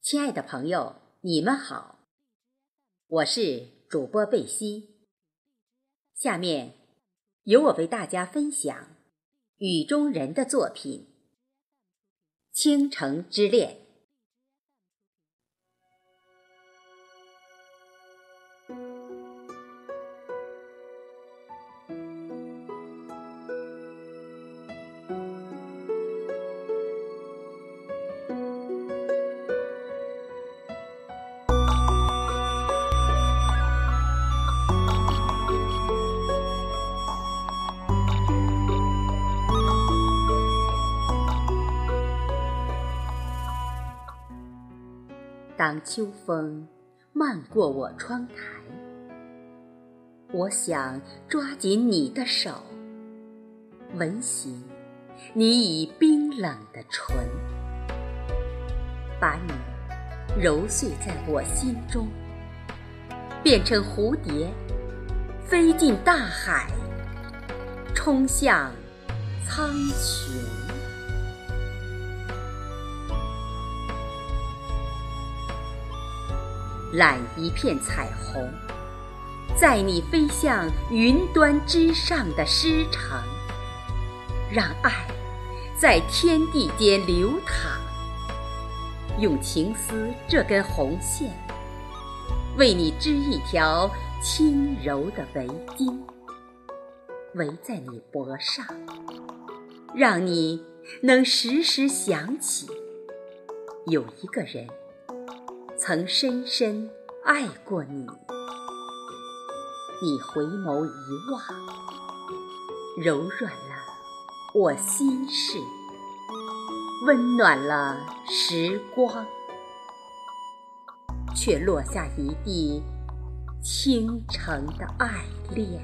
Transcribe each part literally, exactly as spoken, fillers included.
亲爱的朋友，你们好，我是主播贝西。下面由我为大家分享雨中人的作品《倾城之恋》。当秋风漫过我窗台，我想抓紧你的手，吻醒你已冰冷的唇，把你揉碎在我心中，变成蝴蝶，飞进大海，冲向苍穹。揽一片彩虹，载你飞向云端之上的诗城，让爱在天地间流淌，用情丝这根红线，为你织一条轻柔的围巾，围在你脖上，让你能时时想起，有一个人曾深深爱过你，你回眸一望，柔软了我心事，温暖了时光，却落下一地倾城的爱恋。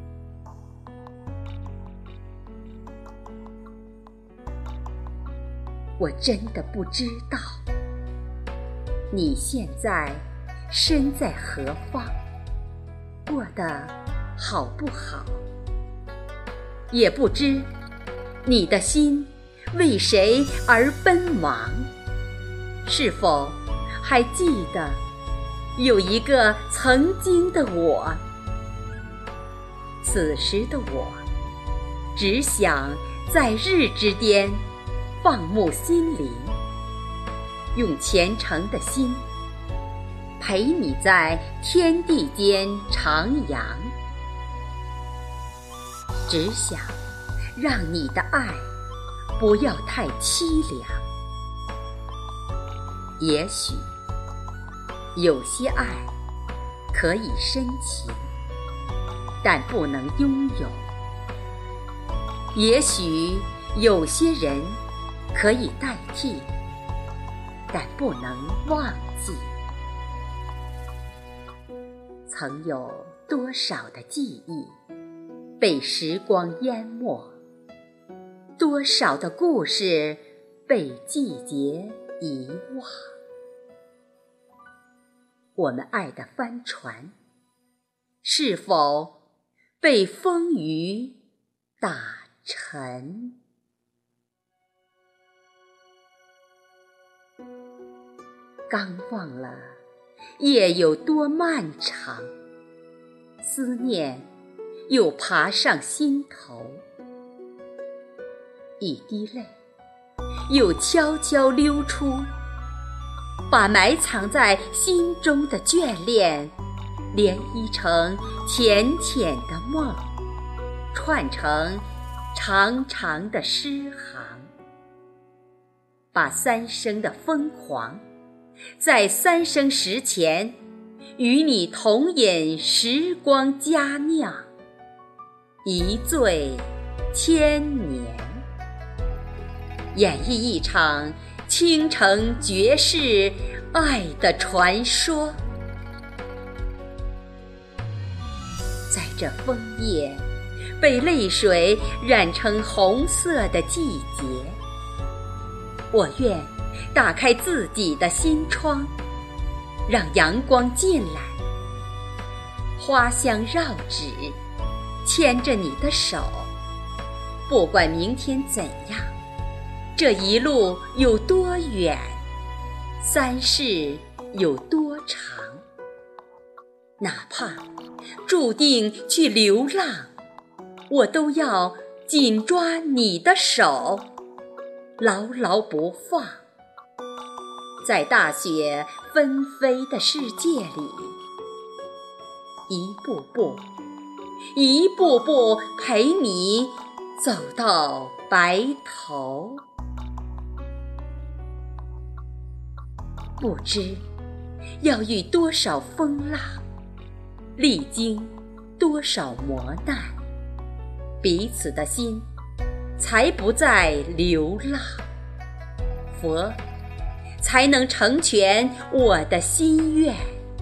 我真的不知道你现在身在何方，过得好不好，也不知你的心为谁而奔忙，是否还记得有一个曾经的我？此时的我只想在日之巅放牧心灵，用虔诚的心陪你在天地间徜徉，只想让你的爱不要太凄凉。也许有些爱可以深情，但不能拥有；也许有些人可以代替，但不能忘记。曾有多少的记忆被时光淹没，多少的故事被季节遗忘。我们爱的帆船是否被风雨打沉？刚忘了夜有多漫长，思念又爬上心头，一滴泪又悄悄溜出，把埋藏在心中的眷恋涟漪成浅浅的梦，串成长长的诗行，把三生的疯狂在三生石前与你同饮时光佳酿，一醉千年，演绎一场倾城绝世爱的传说。在这枫叶被泪水染成红色的季节，我愿打开自己的心窗，让阳光进来，花香绕指，牵着你的手，不管明天怎样，这一路有多远， 三世有多长，哪怕注定去流浪，我都要紧抓你的手，牢牢不放。在大雪纷飞的世界里，一步步一步步陪你走到白头。不知要遇多少风浪，历经多少磨难，彼此的心才不再流浪，佛才能成全我的心愿。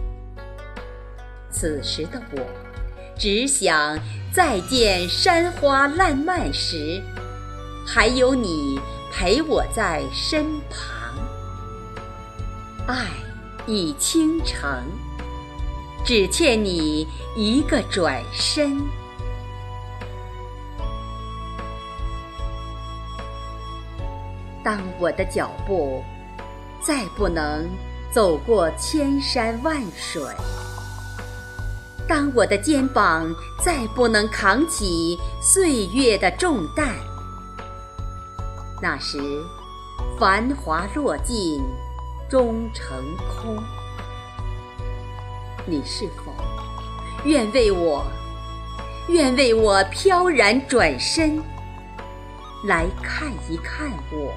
此时的我只想再见山花烂漫时，还有你陪我在身旁。爱已倾城，只欠你一个转身。当我的脚步再不能走过千山万水，当我的肩膀再不能扛起岁月的重担，那时繁华落尽，终成空。你是否愿为我愿为我飘然转身，来看一看我，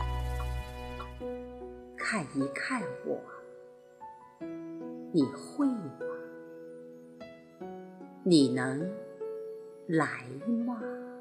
看一看我，你会吗？你能来吗？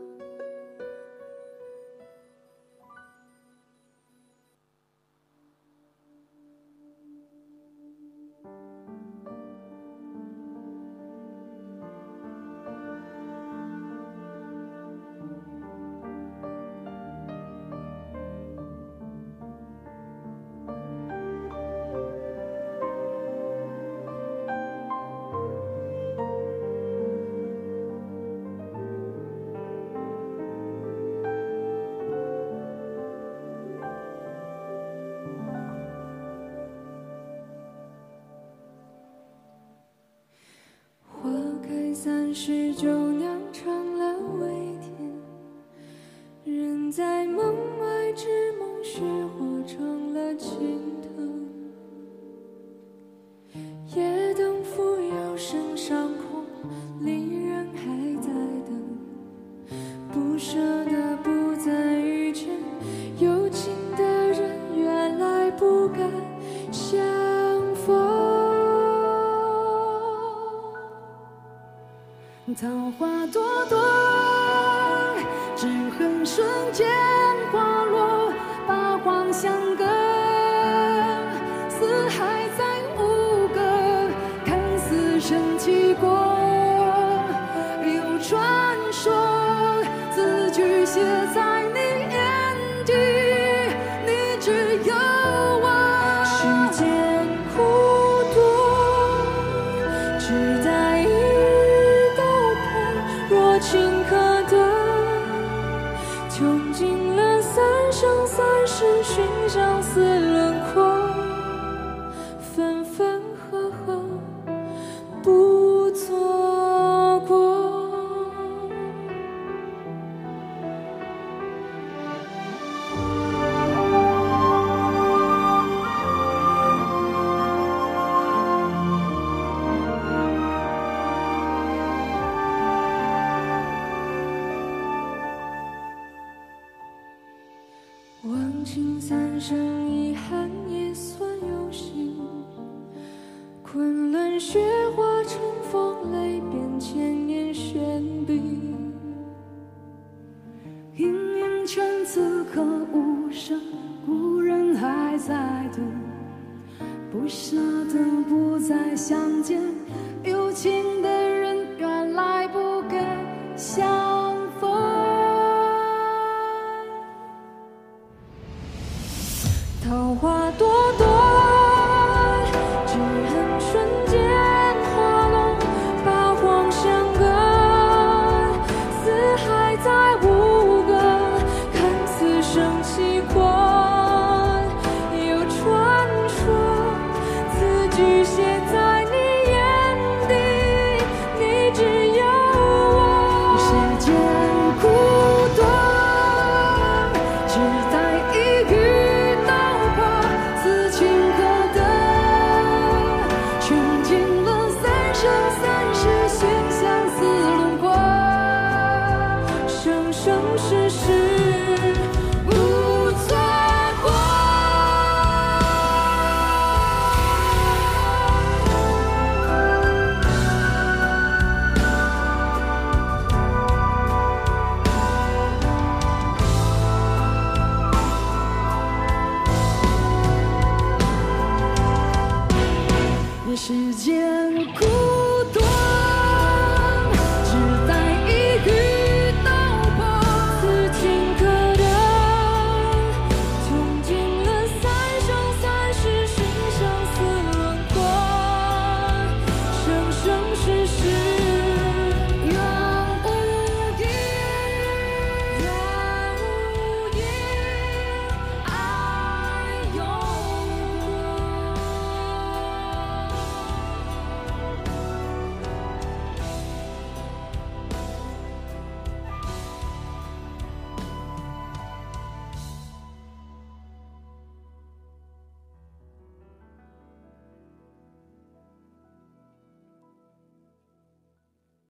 三十就酿成了微甜，人在梦外之梦雪化成了情藤，夜灯扶摇身上空，离人还在等，不舍得不再遇见，有情的人原来不敢相逢。桃花朵朵，只恨瞬间花落，八荒相隔，四海再无隔，看似神奇过，有传说，字句写在你眼底，你只有我。世间苦多，只待情可得，穷尽了三生三世，寻相思轮廓，分分合合，不错过。忘尽三生遗憾也算有心，昆仑雪化成风，泪变千年悬笔，氤氲成此刻无声，故人还在等，不舍得不再相见，有情